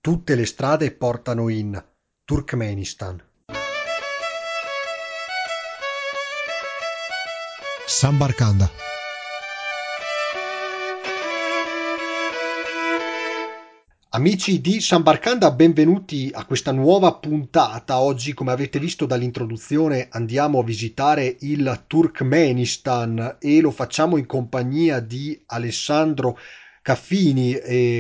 Tutte le strade portano in Turkmenistan. Sambarkanda. Amici di Sambarkanda, benvenuti a questa nuova puntata. Oggi, come avete visto dall'introduzione, andiamo a visitare il Turkmenistan e lo facciamo in compagnia di Alessandro Caffini,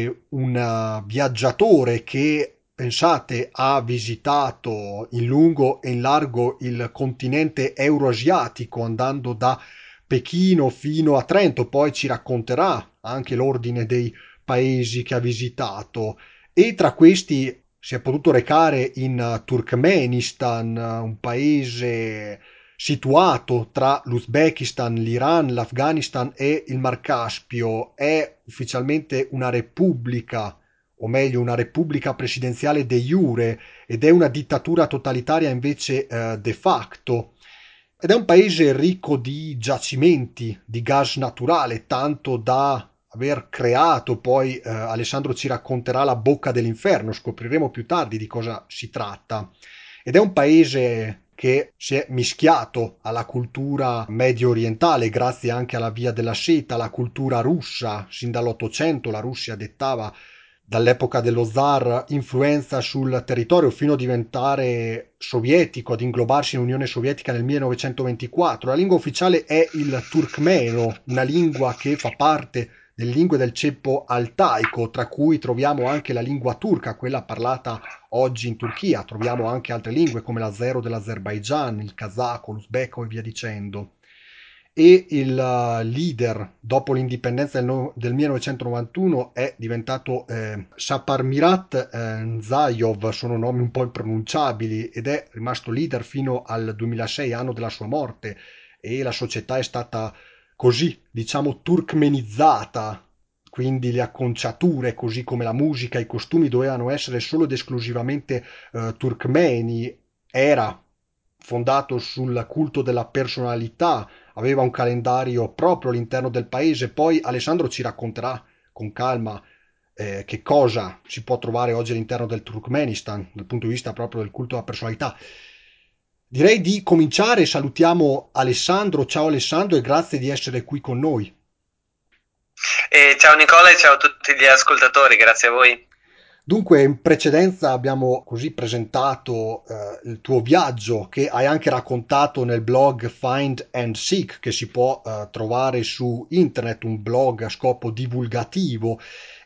un viaggiatore che, pensate, ha visitato in lungo e in largo il continente euroasiatico, andando da Pechino fino a Trento. Poi ci racconterà anche l'ordine dei paesi che ha visitato, e tra questi si è potuto recare in Turkmenistan, un paese situato tra l'Uzbekistan, l'Iran, l'Afghanistan e il Mar Caspio. È ufficialmente una repubblica, o meglio una repubblica presidenziale de jure, ed è una dittatura totalitaria invece de facto. Ed è un paese ricco di giacimenti di gas naturale, tanto da aver creato, poi Alessandro ci racconterà, la bocca dell'inferno. Scopriremo più tardi di cosa si tratta. Ed è un paese che si è mischiato alla cultura medio orientale grazie anche alla via della seta, la cultura russa. Sin dall'Ottocento la Russia dettava, dall'epoca dello zar, influenza sul territorio, fino a diventare sovietico, ad inglobarsi in Unione Sovietica nel 1924. La lingua ufficiale è il turkmeno, una lingua che fa parte delle lingue del ceppo altaico, tra cui troviamo anche la lingua turca, quella parlata oggi in Turchia. Troviamo anche altre lingue come l'azero dell'Azerbaigian, il kazako, l'uzbeko e via dicendo. E il leader dopo l'indipendenza del 1991 è diventato Saparmurat Nzayov. Sono nomi un po' impronunciabili, ed è rimasto leader fino al 2006, anno della sua morte, e la società è stata così, diciamo, turkmenizzata. Quindi le acconciature, così come la musica, i costumi, dovevano essere solo ed esclusivamente turkmeni. Era fondato sul culto della personalità, aveva un calendario proprio all'interno del paese. Poi Alessandro ci racconterà con calma che cosa si può trovare oggi all'interno del Turkmenistan dal punto di vista proprio del culto della personalità. Direi di cominciare. Salutiamo Alessandro. Ciao Alessandro, e grazie di essere qui con noi. Ciao Nicola e ciao a tutti gli ascoltatori, grazie a voi. Dunque, in precedenza abbiamo così presentato il tuo viaggio, che hai anche raccontato nel blog Find and Seek, che si può trovare su internet, un blog a scopo divulgativo,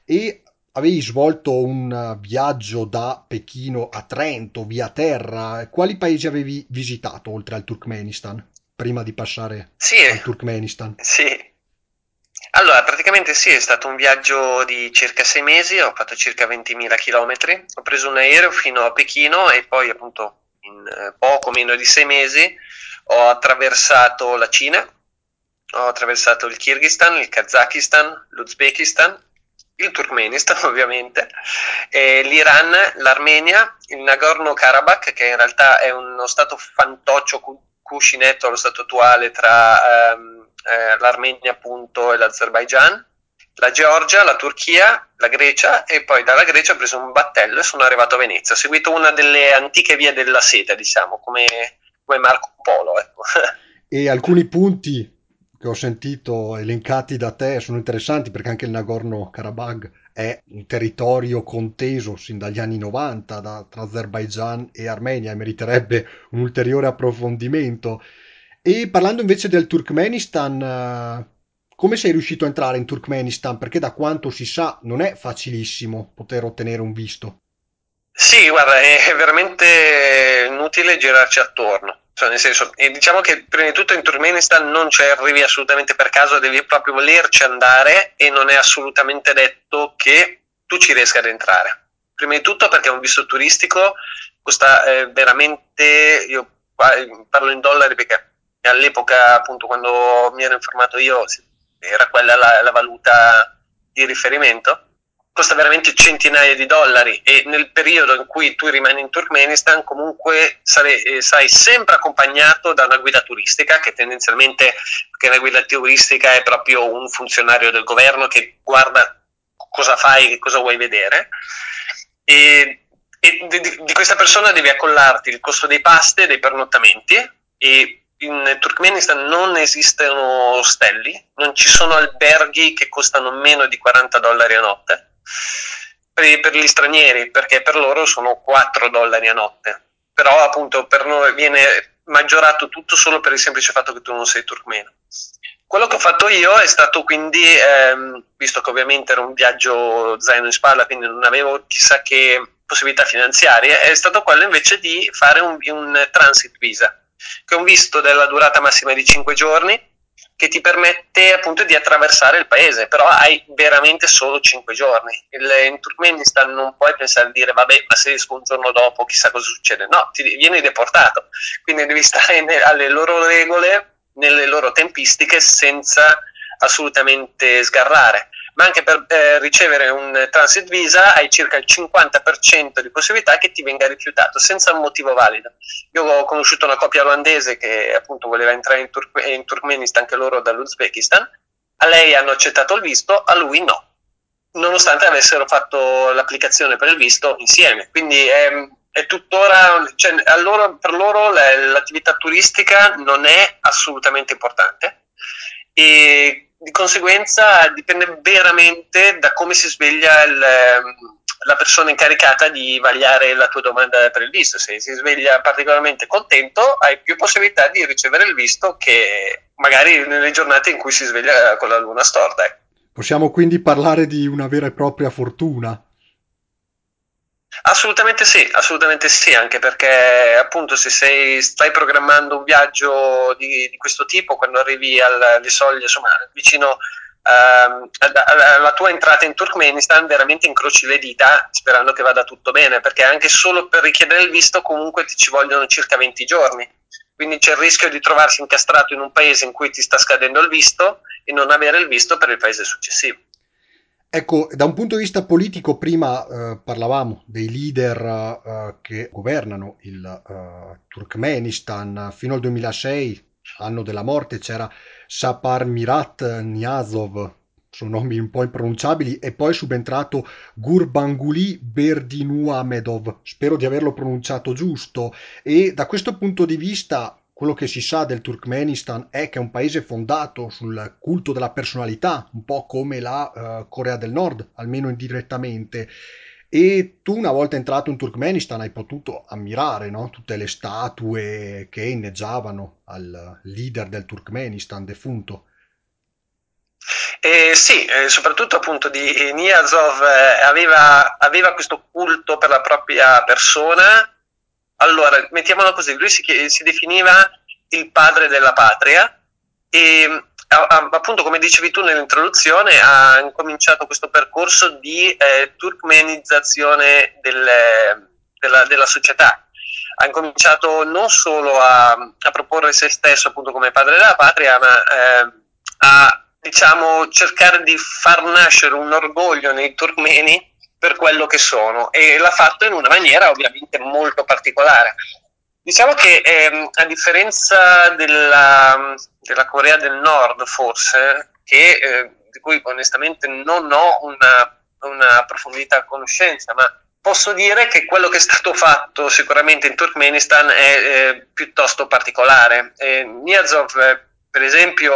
e avevi svolto un viaggio da Pechino a Trento via terra. Quali paesi avevi visitato oltre al Turkmenistan, prima di passare Sì, al Turkmenistan? sì. Allora, praticamente sì, è stato un viaggio di circa 6 mesi, ho fatto circa 20.000 chilometri, ho preso un aereo fino a Pechino e poi appunto in poco meno di 6 mesi ho attraversato la Cina, ho attraversato il Kirghizistan, il Kazakistan, l'Uzbekistan, il Turkmenistan ovviamente, l'Iran, l'Armenia, il Nagorno-Karabakh, che in realtà è uno stato fantoccio cuscinetto allo stato attuale tra l'Armenia appunto e l'Azerbaigian, la Georgia, la Turchia, la Grecia, e poi dalla Grecia ho preso un battello e sono arrivato a Venezia. Ho seguito una delle antiche vie della seta, diciamo, come Marco Polo, ecco. E alcuni punti che ho sentito elencati da te sono interessanti, perché anche il Nagorno-Karabakh è un territorio conteso sin dagli anni 90 tra Azerbaigian e Armenia, e meriterebbe un ulteriore approfondimento. E parlando invece del Turkmenistan, come sei riuscito a entrare in Turkmenistan? Perché da quanto si sa non è facilissimo poter ottenere un visto. Sì, guarda, è veramente inutile girarci attorno. Cioè, nel senso, e diciamo che prima di tutto in Turkmenistan non ci arrivi assolutamente per caso, devi proprio volerci andare e non è assolutamente detto che tu ci riesca ad entrare. Prima di tutto perché è un visto turistico, costa veramente, io parlo in dollari perché all'epoca, appunto, quando mi ero informato io, era quella la valuta di riferimento, costa veramente centinaia di dollari, e nel periodo in cui tu rimani in Turkmenistan comunque sarai sempre accompagnato da una guida turistica, che tendenzialmente, perché la guida turistica è proprio un funzionario del governo che guarda cosa fai, cosa vuoi vedere, e di questa persona devi accollarti il costo dei pasti e dei pernottamenti, e in Turkmenistan non esistono ostelli, non ci sono alberghi che costano meno di $40 a notte per gli stranieri, perché per loro sono $4 a notte, però appunto per noi viene maggiorato tutto solo per il semplice fatto che tu non sei turkmeno. Quello che ho fatto io è stato quindi, visto che ovviamente era un viaggio zaino in spalla, quindi non avevo chissà che possibilità finanziarie, è stato quello invece di fare un transit visa, che è un visto della durata massima di 5 giorni, che ti permette appunto di attraversare il paese, però hai veramente solo 5 giorni. In Turkmenistan non puoi pensare di dire vabbè, ma se esco un giorno dopo chissà cosa succede, no, vieni deportato, quindi devi stare alle loro regole, nelle loro tempistiche, senza assolutamente sgarrare. Ma anche per ricevere un transit visa hai circa il 50% di possibilità che ti venga rifiutato senza un motivo valido. Io ho conosciuto una coppia olandese che appunto voleva entrare in Turkmenistan, anche loro dall'Uzbekistan. A lei hanno accettato il visto, a lui no, nonostante avessero fatto l'applicazione per il visto insieme. Quindi è tuttora, cioè, per loro l'attività turistica non è assolutamente importante, e di conseguenza dipende veramente da come si sveglia la persona incaricata di vagliare la tua domanda per il visto. Se si sveglia particolarmente contento, hai più possibilità di ricevere il visto che magari nelle giornate in cui si sveglia con la luna storta. Possiamo quindi parlare di una vera e propria fortuna. Assolutamente sì, anche perché appunto se stai programmando un viaggio di questo tipo, quando arrivi alle soglie, insomma, vicino alla tua entrata in Turkmenistan, veramente incroci le dita sperando che vada tutto bene, perché anche solo per richiedere il visto comunque ti ci vogliono circa 20 giorni. Quindi c'è il rischio di trovarsi incastrato in un paese in cui ti sta scadendo il visto e non avere il visto per il paese successivo. Ecco, da un punto di vista politico, prima parlavamo dei leader che governano il Turkmenistan. Fino al 2006, anno della morte, c'era Sapar Mirat Niazov, sono nomi un po' impronunciabili, e poi è subentrato Gurbanguly Berdimuhamedov, spero di averlo pronunciato giusto. E da questo punto di vista, quello che si sa del Turkmenistan è che è un paese fondato sul culto della personalità, un po' come la Corea del Nord, almeno indirettamente. E tu, una volta entrato in Turkmenistan, hai potuto ammirare, no? Tutte le statue che inneggiavano al leader del Turkmenistan defunto. Sì, soprattutto appunto di Niazov, aveva questo culto per la propria persona. Allora, mettiamola così, lui si definiva il padre della patria, e appunto, come dicevi tu nell'introduzione, ha incominciato questo percorso di turkmenizzazione della società. Ha incominciato non solo a proporre se stesso appunto come padre della patria, ma a diciamo cercare di far nascere un orgoglio nei turkmeni per quello che sono, e l'ha fatto in una maniera ovviamente molto particolare. Diciamo che a differenza della Corea del Nord, forse, di cui onestamente non ho una approfondita conoscenza, ma posso dire che quello che è stato fatto sicuramente in Turkmenistan è piuttosto particolare. Niazov, per esempio,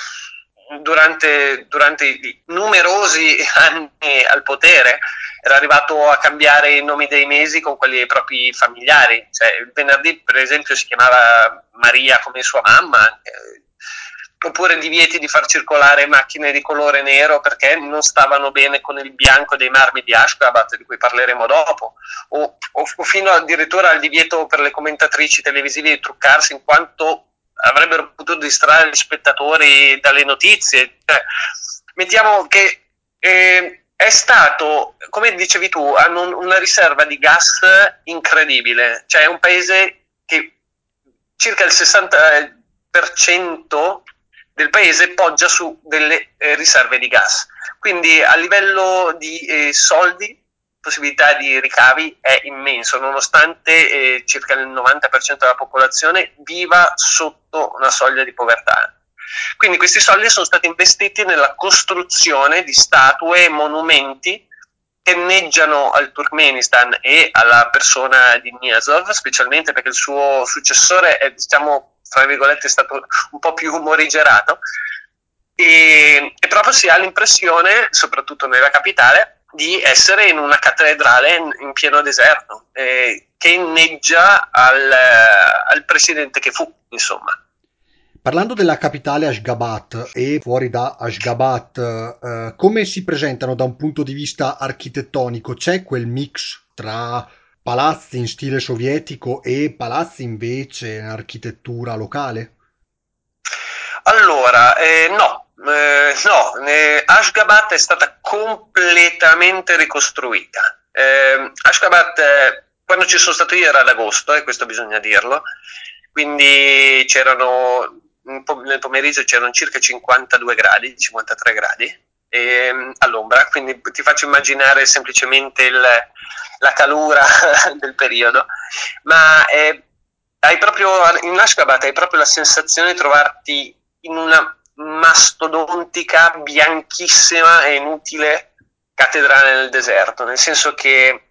durante i numerosi anni al potere, era arrivato a cambiare i nomi dei mesi con quelli dei propri familiari. Cioè, il venerdì, per esempio, si chiamava Maria come sua mamma, oppure divieti di far circolare macchine di colore nero perché non stavano bene con il bianco dei marmi di Ashgabat, di cui parleremo dopo, o fino addirittura al divieto per le commentatrici televisive di truccarsi in quanto avrebbero potuto distrarre gli spettatori dalle notizie. Mettiamo che è stato, come dicevi tu, hanno una riserva di gas incredibile, cioè è un paese che circa il 60% del paese poggia su delle riserve di gas. Quindi a livello di soldi, possibilità di ricavi è immenso, nonostante circa il 90% della popolazione viva sotto una soglia di povertà. Quindi questi soldi sono stati investiti nella costruzione di statue e monumenti kenneggiano al Turkmenistan e alla persona di Niazov, specialmente perché il suo successore è, diciamo, tra virgolette, stato un po' più morigerato, e proprio si ha l'impressione, soprattutto nella capitale, di essere in una cattedrale in pieno deserto, che inneggia al presidente che fu, insomma. Parlando della capitale Ashgabat e fuori da Ashgabat, come si presentano da un punto di vista architettonico? C'è quel mix tra palazzi in stile sovietico e palazzi invece in architettura locale? Allora, no, Ashgabat è stata completamente ricostruita. Ashgabat, quando ci sono stato io era ad agosto, e questo bisogna dirlo, quindi nel pomeriggio c'erano circa 52 gradi, 53 gradi all'ombra, quindi ti faccio immaginare semplicemente la calura del periodo, ma in Ashgabat hai proprio la sensazione di trovarti in una mastodontica, bianchissima e inutile cattedrale nel deserto, nel senso che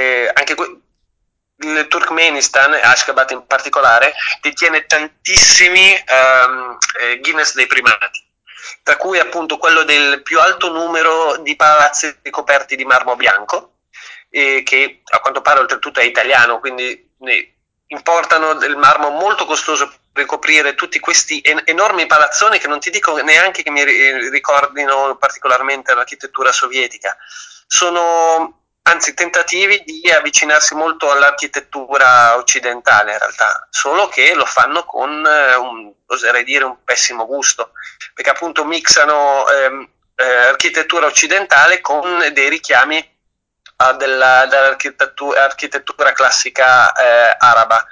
il Turkmenistan, Ashgabat in particolare, detiene tantissimi Guinness dei primati, tra cui appunto quello del più alto numero di palazzi ricoperti di marmo bianco, che a quanto pare oltretutto è italiano, quindi importano del marmo molto costoso per ricoprire tutti questi enormi palazzoni che non ti dico neanche che mi ricordino particolarmente l'architettura sovietica. Sono anzi tentativi di avvicinarsi molto all'architettura occidentale in realtà, solo che lo fanno con oserei dire un pessimo gusto, perché appunto mixano architettura occidentale con dei richiami dell'architettura classica araba.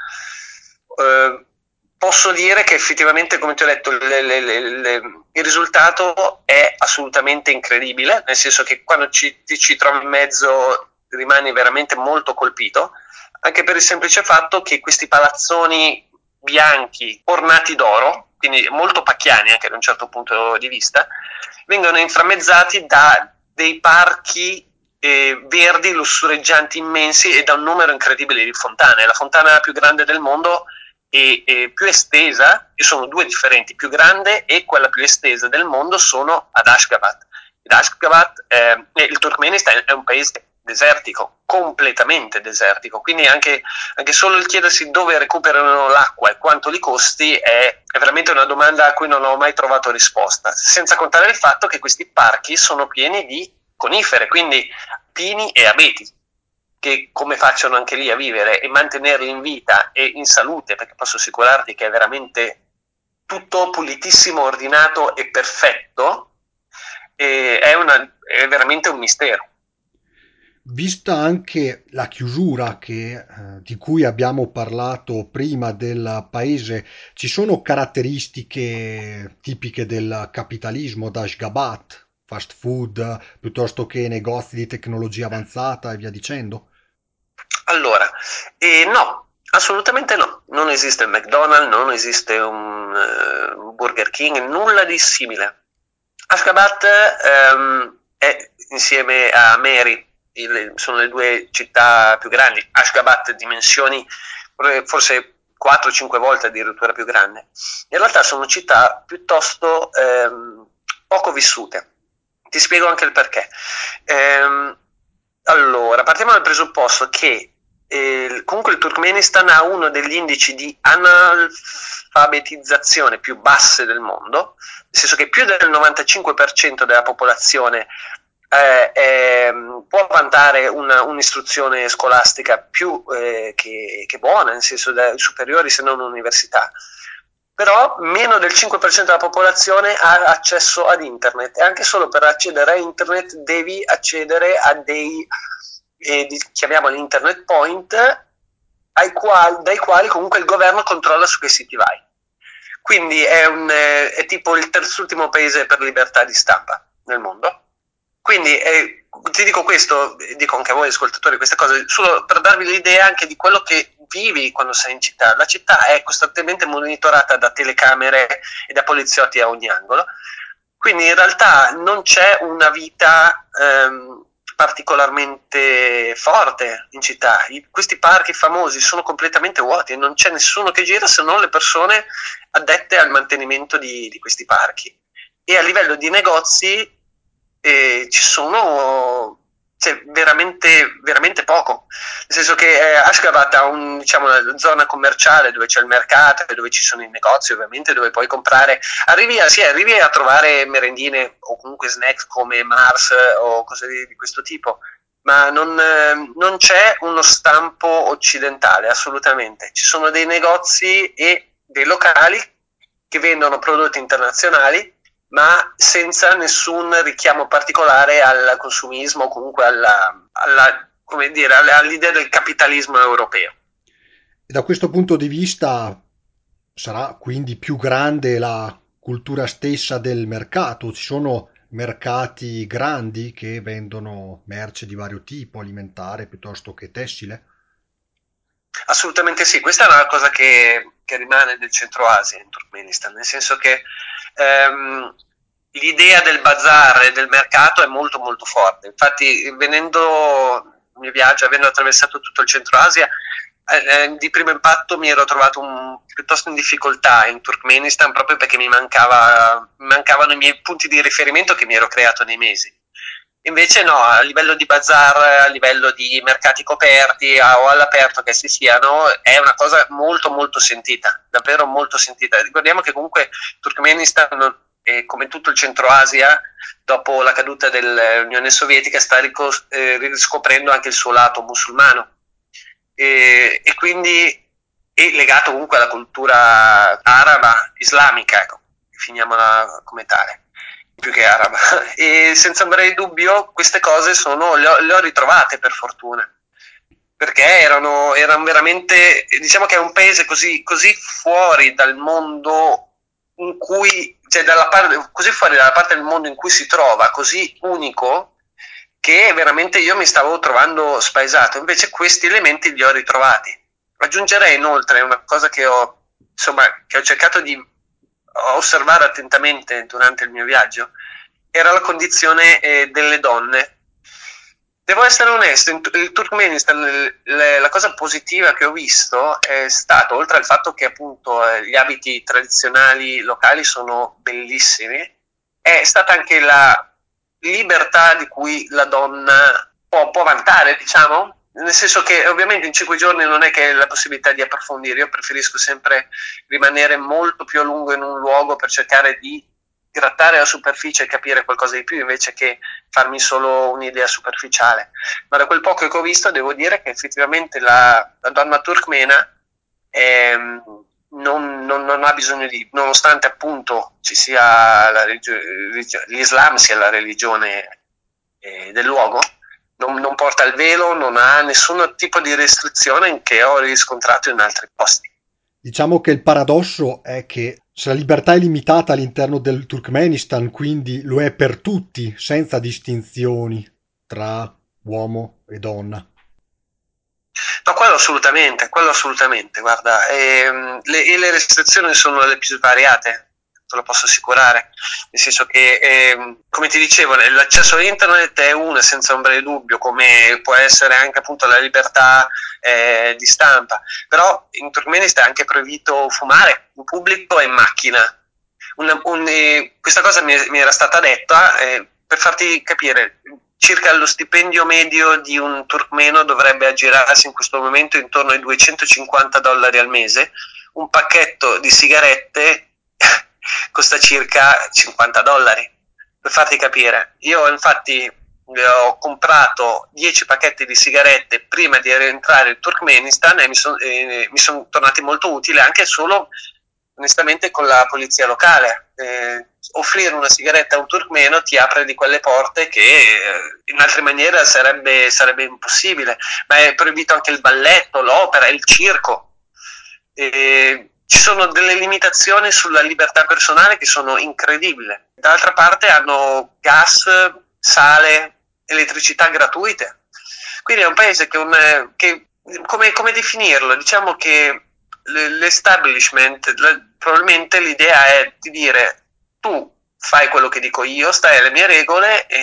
Posso dire che effettivamente, come ti ho detto, il risultato è assolutamente incredibile, nel senso che quando ti ci trovi in mezzo rimani veramente molto colpito, anche per il semplice fatto che questi palazzoni bianchi ornati d'oro, quindi molto pacchiani anche da un certo punto di vista, vengono inframmezzati da dei parchi verdi, lussureggianti, immensi e da un numero incredibile di fontane. La fontana più grande del mondo e più estesa, e sono due differenti, più grande e quella più estesa del mondo sono ad Ashgabat. Il Turkmenistan è un paese desertico, completamente desertico, quindi anche solo il chiedersi dove recuperano l'acqua e quanto li costi è veramente una domanda a cui non ho mai trovato risposta, senza contare il fatto che questi parchi sono pieni di conifere, quindi pini e abeti, che come facciano anche lì a vivere e mantenerli in vita e in salute, perché posso assicurarti che è veramente tutto pulitissimo, ordinato e perfetto, è veramente un mistero. Vista anche la chiusura di cui abbiamo parlato prima del paese, ci sono caratteristiche tipiche del capitalismo da Ashgabat, fast food, piuttosto che negozi di tecnologia avanzata e via dicendo? Allora, no, assolutamente no. Non esiste il McDonald's, non esiste un Burger King, nulla di simile. Ashgabat è insieme a Mary, sono le due città più grandi. Ashgabat dimensioni forse 4-5 volte addirittura più grande. In realtà sono città piuttosto poco vissute. Ti spiego anche il perché. Allora, partiamo dal presupposto che comunque il Turkmenistan ha uno degli indici di analfabetizzazione più basse del mondo, nel senso che più del 95% della popolazione può vantare un'istruzione scolastica più che buona, nel senso superiori se non università. Però meno del 5% della popolazione ha accesso ad internet, e anche solo per accedere a internet devi accedere a dei chiamiamoli internet point dai quali comunque il governo controlla su che siti vai. Quindi è tipo il terzultimo paese per libertà di stampa nel mondo. Quindi ti dico questo, dico anche a voi ascoltatori queste cose, solo per darvi l'idea anche di quello che vivi quando sei in città. La città è costantemente monitorata da telecamere e da poliziotti a ogni angolo, quindi in realtà non c'è una vita particolarmente forte in città. Questi parchi famosi sono completamente vuoti, non c'è nessuno che gira se non le persone addette al mantenimento di questi parchi. E a livello di negozi ci sono veramente, veramente poco. Nel senso che Ashgabat ha diciamo, una zona commerciale dove c'è il mercato e dove ci sono i negozi, ovviamente, dove puoi comprare. Arrivi a trovare merendine o comunque snack come Mars o cose di questo tipo, ma non c'è uno stampo occidentale, assolutamente. Ci sono dei negozi e dei locali che vendono prodotti internazionali, ma senza nessun richiamo particolare al consumismo o comunque come dire, all'idea del capitalismo europeo. E da questo punto di vista sarà quindi più grande la cultura stessa del mercato. Ci sono mercati grandi che vendono merce di vario tipo, alimentare piuttosto che tessile. Assolutamente sì, questa è una cosa che rimane del Centro Asia in Turkmenistan, nel senso che l'idea del bazar e del mercato è molto molto forte. Infatti, venendo il mio viaggio, avendo attraversato tutto il Centro Asia, di primo impatto mi ero trovato piuttosto in difficoltà in Turkmenistan proprio perché mi mancavano i miei punti di riferimento che mi ero creato nei mesi. Invece no, a livello di bazar, a livello di mercati coperti o all'aperto che si siano, è una cosa molto molto sentita, davvero molto sentita. Ricordiamo che comunque Turkmenistan, come tutto il centro Asia, dopo la caduta dell'Unione Sovietica, sta riscoprendo anche il suo lato musulmano e quindi è legato comunque alla cultura araba, islamica, ecco, finiamola come tale più che araba. E senza ombra di dubbio queste cose le ho ritrovate per fortuna, perché erano veramente, diciamo che è un paese così fuori dal mondo in cui, cioè così fuori dalla parte del mondo in cui si trova, così unico, che veramente io mi stavo trovando spaesato. Invece questi elementi li ho ritrovati. Aggiungerei inoltre una cosa che ho cercato di osservare attentamente durante il mio viaggio, era la condizione delle donne. Devo essere onesto, il Turkmenistan, la cosa positiva che ho visto è stato, oltre al fatto che appunto gli abiti tradizionali locali sono bellissimi, è stata anche la libertà di cui la donna può vantare, diciamo, nel senso che ovviamente in 5 giorni non è che hai la possibilità di approfondire, io preferisco sempre rimanere molto più a lungo in un luogo per cercare di grattare la superficie e capire qualcosa di più invece che farmi solo un'idea superficiale. Ma da quel poco che ho visto devo dire che effettivamente la donna turkmena non ha bisogno nonostante appunto ci sia l'Islam sia la religione del luogo, non porta il velo, non ha nessun tipo di restrizione che ho riscontrato in altri posti. Diciamo che il paradosso è che se la libertà è limitata all'interno del Turkmenistan, quindi lo è per tutti, senza distinzioni tra uomo e donna. No, quello assolutamente, guarda, le restrizioni sono le più svariate, te lo posso assicurare, nel senso che, come ti dicevo, l'accesso a internet è una senza ombra di dubbio, come può essere anche appunto la libertà di stampa, però in Turkmenistan è anche proibito fumare in pubblico e in macchina. Questa cosa mi era stata detta per farti capire, circa lo stipendio medio di un turkmeno dovrebbe aggirarsi in questo momento intorno ai $250 al mese. Un pacchetto di sigarette costa circa $50. Per farti capire, io infatti ho comprato 10 pacchetti di sigarette prima di rientrare in Turkmenistan e mi sono tornati molto utili anche solo onestamente con la polizia locale. Offrire una sigaretta a un turkmeno ti apre di quelle porte che in altre maniere sarebbe impossibile, ma è proibito anche il balletto, l'opera, il circo. Ci sono delle limitazioni sulla libertà personale che sono incredibili. D'altra parte hanno gas, sale, elettricità gratuite. Quindi è un paese che come definirlo? Diciamo che l'establishment, probabilmente l'idea è di dire tu fai quello che dico io, stai alle mie regole e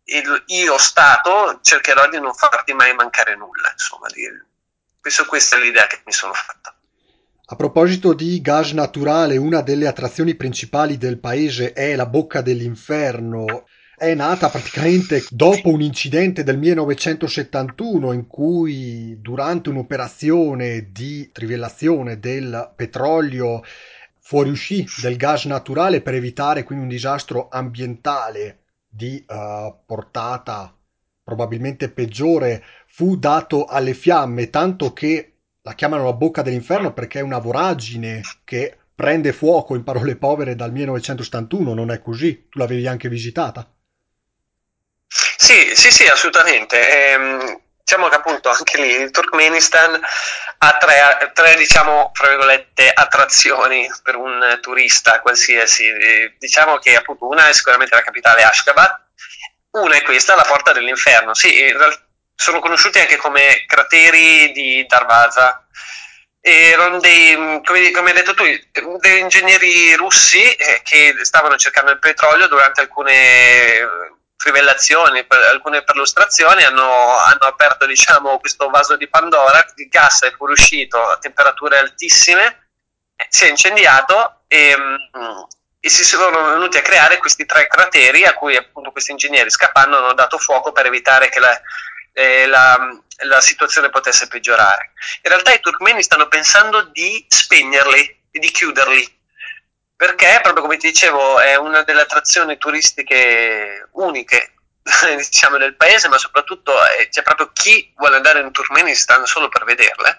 io Stato cercherò di non farti mai mancare nulla, insomma, questa è l'idea che mi sono fatta. A proposito di gas naturale, una delle attrazioni principali del paese è la Bocca dell'Inferno. È nata praticamente dopo un incidente del 1971 in cui durante un'operazione di trivellazione del petrolio fuoriuscì del gas naturale per evitare quindi un disastro ambientale di portata probabilmente peggiore, fu dato alle fiamme, tanto che la chiamano la bocca dell'inferno perché è una voragine che prende fuoco, in parole povere, dal 1971, non è così? Tu l'avevi anche visitata? Sì, sì, sì, assolutamente. Diciamo che appunto anche lì il Turkmenistan ha tre, diciamo, fra virgolette, attrazioni per un turista qualsiasi. Diciamo che appunto una è sicuramente la capitale Ashgabat, una è questa, la porta dell'inferno. Sì, sono conosciuti anche come crateri di Darvaza. Erano come hai detto tu, degli ingegneri russi che stavano cercando il petrolio durante alcune trivellazioni, alcune perlustrazioni, hanno aperto diciamo, questo vaso di Pandora, il gas è fuoriuscito a temperature altissime, si è incendiato e si sono venuti a creare questi tre crateri a cui appunto questi ingegneri scappando hanno dato fuoco per evitare che la situazione potesse peggiorare. In realtà i turkmeni stanno pensando di spegnerli e di chiuderli perché, proprio come ti dicevo, è una delle attrazioni turistiche uniche diciamo, del paese, ma soprattutto c'è proprio chi vuole andare in Turkmenistan solo per vederle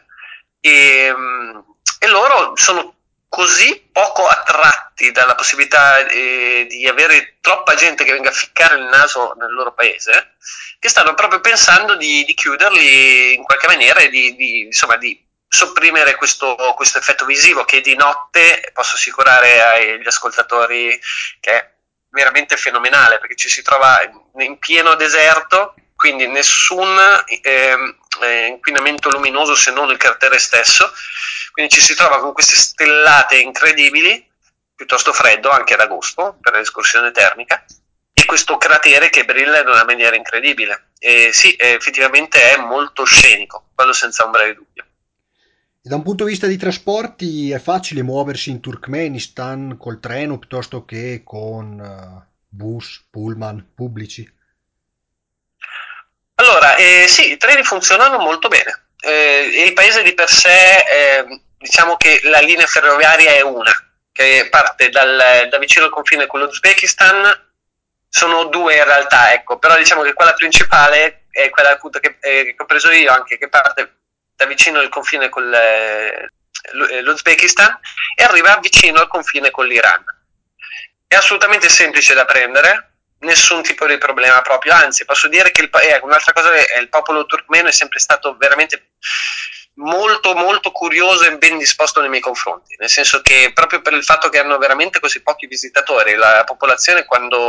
e loro sono così poco attratti dalla possibilità di avere troppa gente che venga a ficcare il naso nel loro paese che stanno proprio pensando di chiuderli in qualche maniera e insomma, di sopprimere questo effetto visivo che di notte posso assicurare agli ascoltatori che è veramente fenomenale perché ci si trova in pieno deserto, quindi nessun inquinamento luminoso se non il cratere stesso, quindi ci si trova con queste stellate incredibili, piuttosto freddo anche ad agosto per l'escursione termica, e questo cratere che brilla in una maniera incredibile. E sì, effettivamente è molto scenico, quello senza ombra di dubbio. E da un punto di vista di trasporti è facile muoversi in Turkmenistan col treno piuttosto che con bus, pullman pubblici. Allora, sì, i treni funzionano molto bene. Il paese di per sé, diciamo che la linea ferroviaria è una, che parte da vicino al confine con l'Uzbekistan, sono due in realtà, ecco, però diciamo che quella principale è quella appunto che ho preso io anche, che parte da vicino al confine con l'Uzbekistan e arriva vicino al confine con l'Iran. È assolutamente semplice da prendere, nessun tipo di problema proprio, anzi posso dire che un'altra cosa è il popolo turkmeno è sempre stato veramente molto molto curioso e ben disposto nei miei confronti, nel senso che proprio per il fatto che hanno veramente così pochi visitatori, la popolazione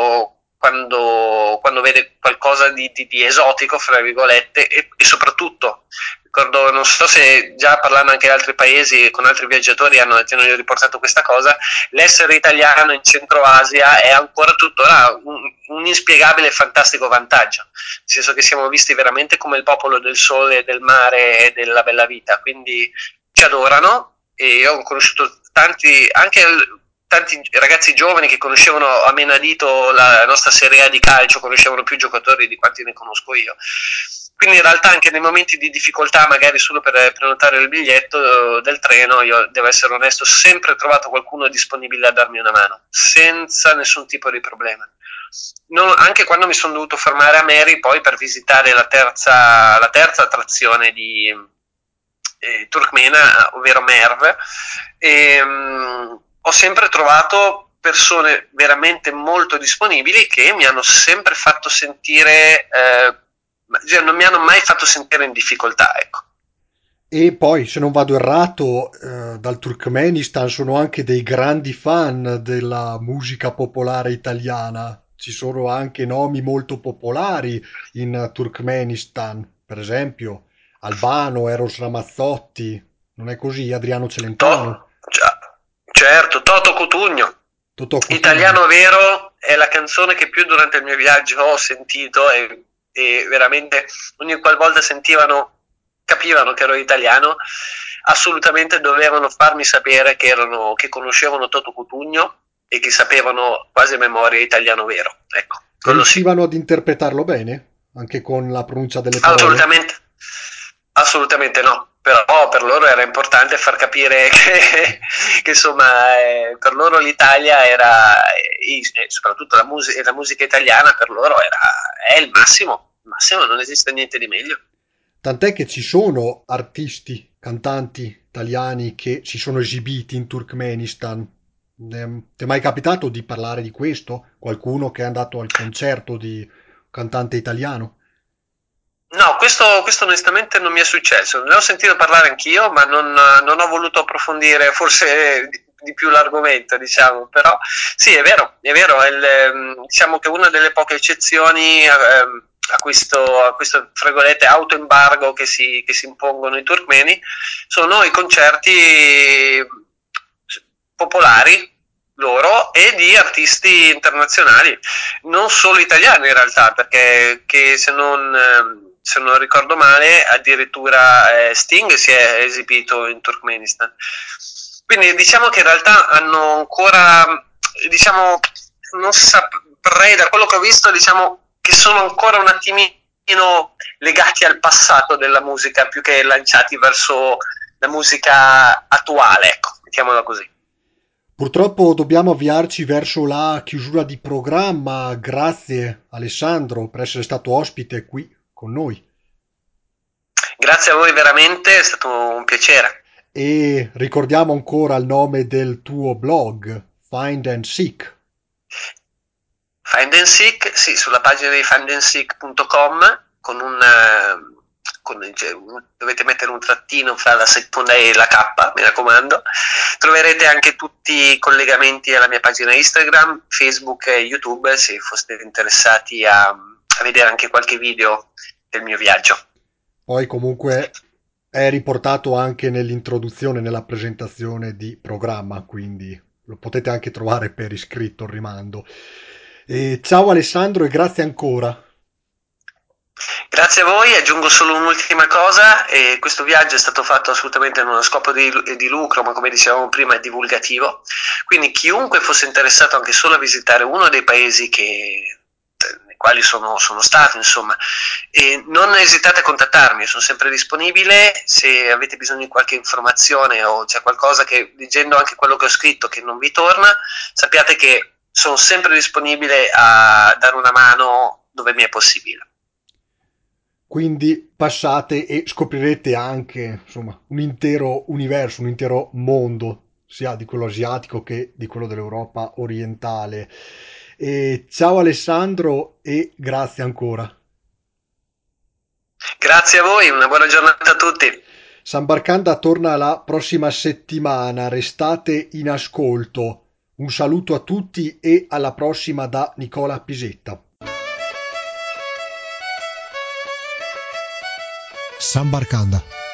quando vede qualcosa di esotico, fra virgolette, e soprattutto ricordo, non so se già parlando anche di altri paesi con altri viaggiatori ti hanno riportato questa cosa, l'essere italiano in Centro Asia è ancora tuttora un inspiegabile e fantastico vantaggio, nel senso che siamo visti veramente come il popolo del sole, del mare e della bella vita, quindi ci adorano e io ho conosciuto tanti ragazzi giovani che conoscevano a menadito la nostra Serie A di calcio, conoscevano più giocatori di quanti ne conosco io. Quindi in realtà anche nei momenti di difficoltà, magari solo per prenotare il biglietto del treno, io devo essere onesto, ho sempre trovato qualcuno disponibile a darmi una mano, senza nessun tipo di problema. Anche quando mi sono dovuto fermare a Mary poi per visitare la terza attrazione di turkmena, ovvero Merv, ho sempre trovato persone veramente molto disponibili che mi hanno sempre fatto sentire, cioè non mi hanno mai fatto sentire in difficoltà, ecco. E poi, se non vado errato, dal Turkmenistan sono anche dei grandi fan della musica popolare italiana. Ci sono anche nomi molto popolari in Turkmenistan, per esempio Albano, Eros Ramazzotti, non è così? Adriano Celentano, Certo, Toto Cutugno, Totò Cutugno. italiano vero, è la canzone che più durante il mio viaggio ho sentito e veramente ogni qualvolta capivano che ero italiano, assolutamente dovevano farmi sapere che conoscevano Toto Cutugno e che sapevano quasi a memoria italiano vero. Ecco, E quello sì. riuscivano ad interpretarlo bene? Anche con la pronuncia delle parole? Assolutamente, assolutamente no. Però per loro era importante far capire che insomma per loro l'Italia era, e soprattutto la musica italiana per loro è il massimo, non esiste niente di meglio. Tant'è che ci sono artisti, cantanti italiani che si sono esibiti in Turkmenistan. Ti è mai capitato di parlare di questo? Qualcuno che è andato al concerto di un cantante italiano? No, questo onestamente non mi è successo. Ne ho sentito parlare anch'io, ma non ho voluto approfondire forse di più l'argomento, diciamo. Però sì, è vero, diciamo che una delle poche eccezioni a questo fra virgolette, autoembargo che si impongono i turkmeni sono i concerti popolari loro e di artisti internazionali, non solo italiani in realtà, perché se non ricordo male addirittura Sting si è esibito in Turkmenistan. Quindi diciamo che in realtà hanno ancora, diciamo, non saprei, da quello che ho visto, diciamo che sono ancora un attimino legati al passato della musica più che lanciati verso la musica attuale, ecco, mettiamola così. Purtroppo dobbiamo avviarci verso la chiusura di programma. Grazie Alessandro per essere stato ospite qui con noi. Grazie a voi veramente, è stato un piacere. E ricordiamo ancora il nome del tuo blog, Find and Seek. Find and Seek, sì, sulla pagina di findandseek.com cioè, dovete mettere un trattino fra la seconda e la K, mi raccomando. Troverete anche tutti i collegamenti alla mia pagina Instagram, Facebook e YouTube se foste interessati a vedere anche qualche video del mio viaggio. Poi comunque è riportato anche nell'introduzione, nella presentazione di programma, quindi lo potete anche trovare per iscritto il rimando. E ciao Alessandro e grazie ancora. Grazie a voi, aggiungo solo un'ultima cosa, questo viaggio è stato fatto assolutamente non a scopo di lucro, ma come dicevamo prima è divulgativo, quindi chiunque fosse interessato anche solo a visitare uno dei paesi nei quali sono stato, insomma, non esitate a contattarmi, sono sempre disponibile, se avete bisogno di qualche informazione o c'è qualcosa che, leggendo anche quello che ho scritto, che non vi torna, sappiate che sono sempre disponibile a dare una mano dove mi è possibile. Quindi passate e scoprirete anche, insomma, un intero universo, un intero mondo, sia di quello asiatico che di quello dell'Europa orientale. E ciao Alessandro e grazie ancora. Grazie a voi, una buona giornata a tutti. Sambarcanda torna la prossima settimana, restate in ascolto. Un saluto a tutti e alla prossima da Nicola Pisetta. Sambarcanda.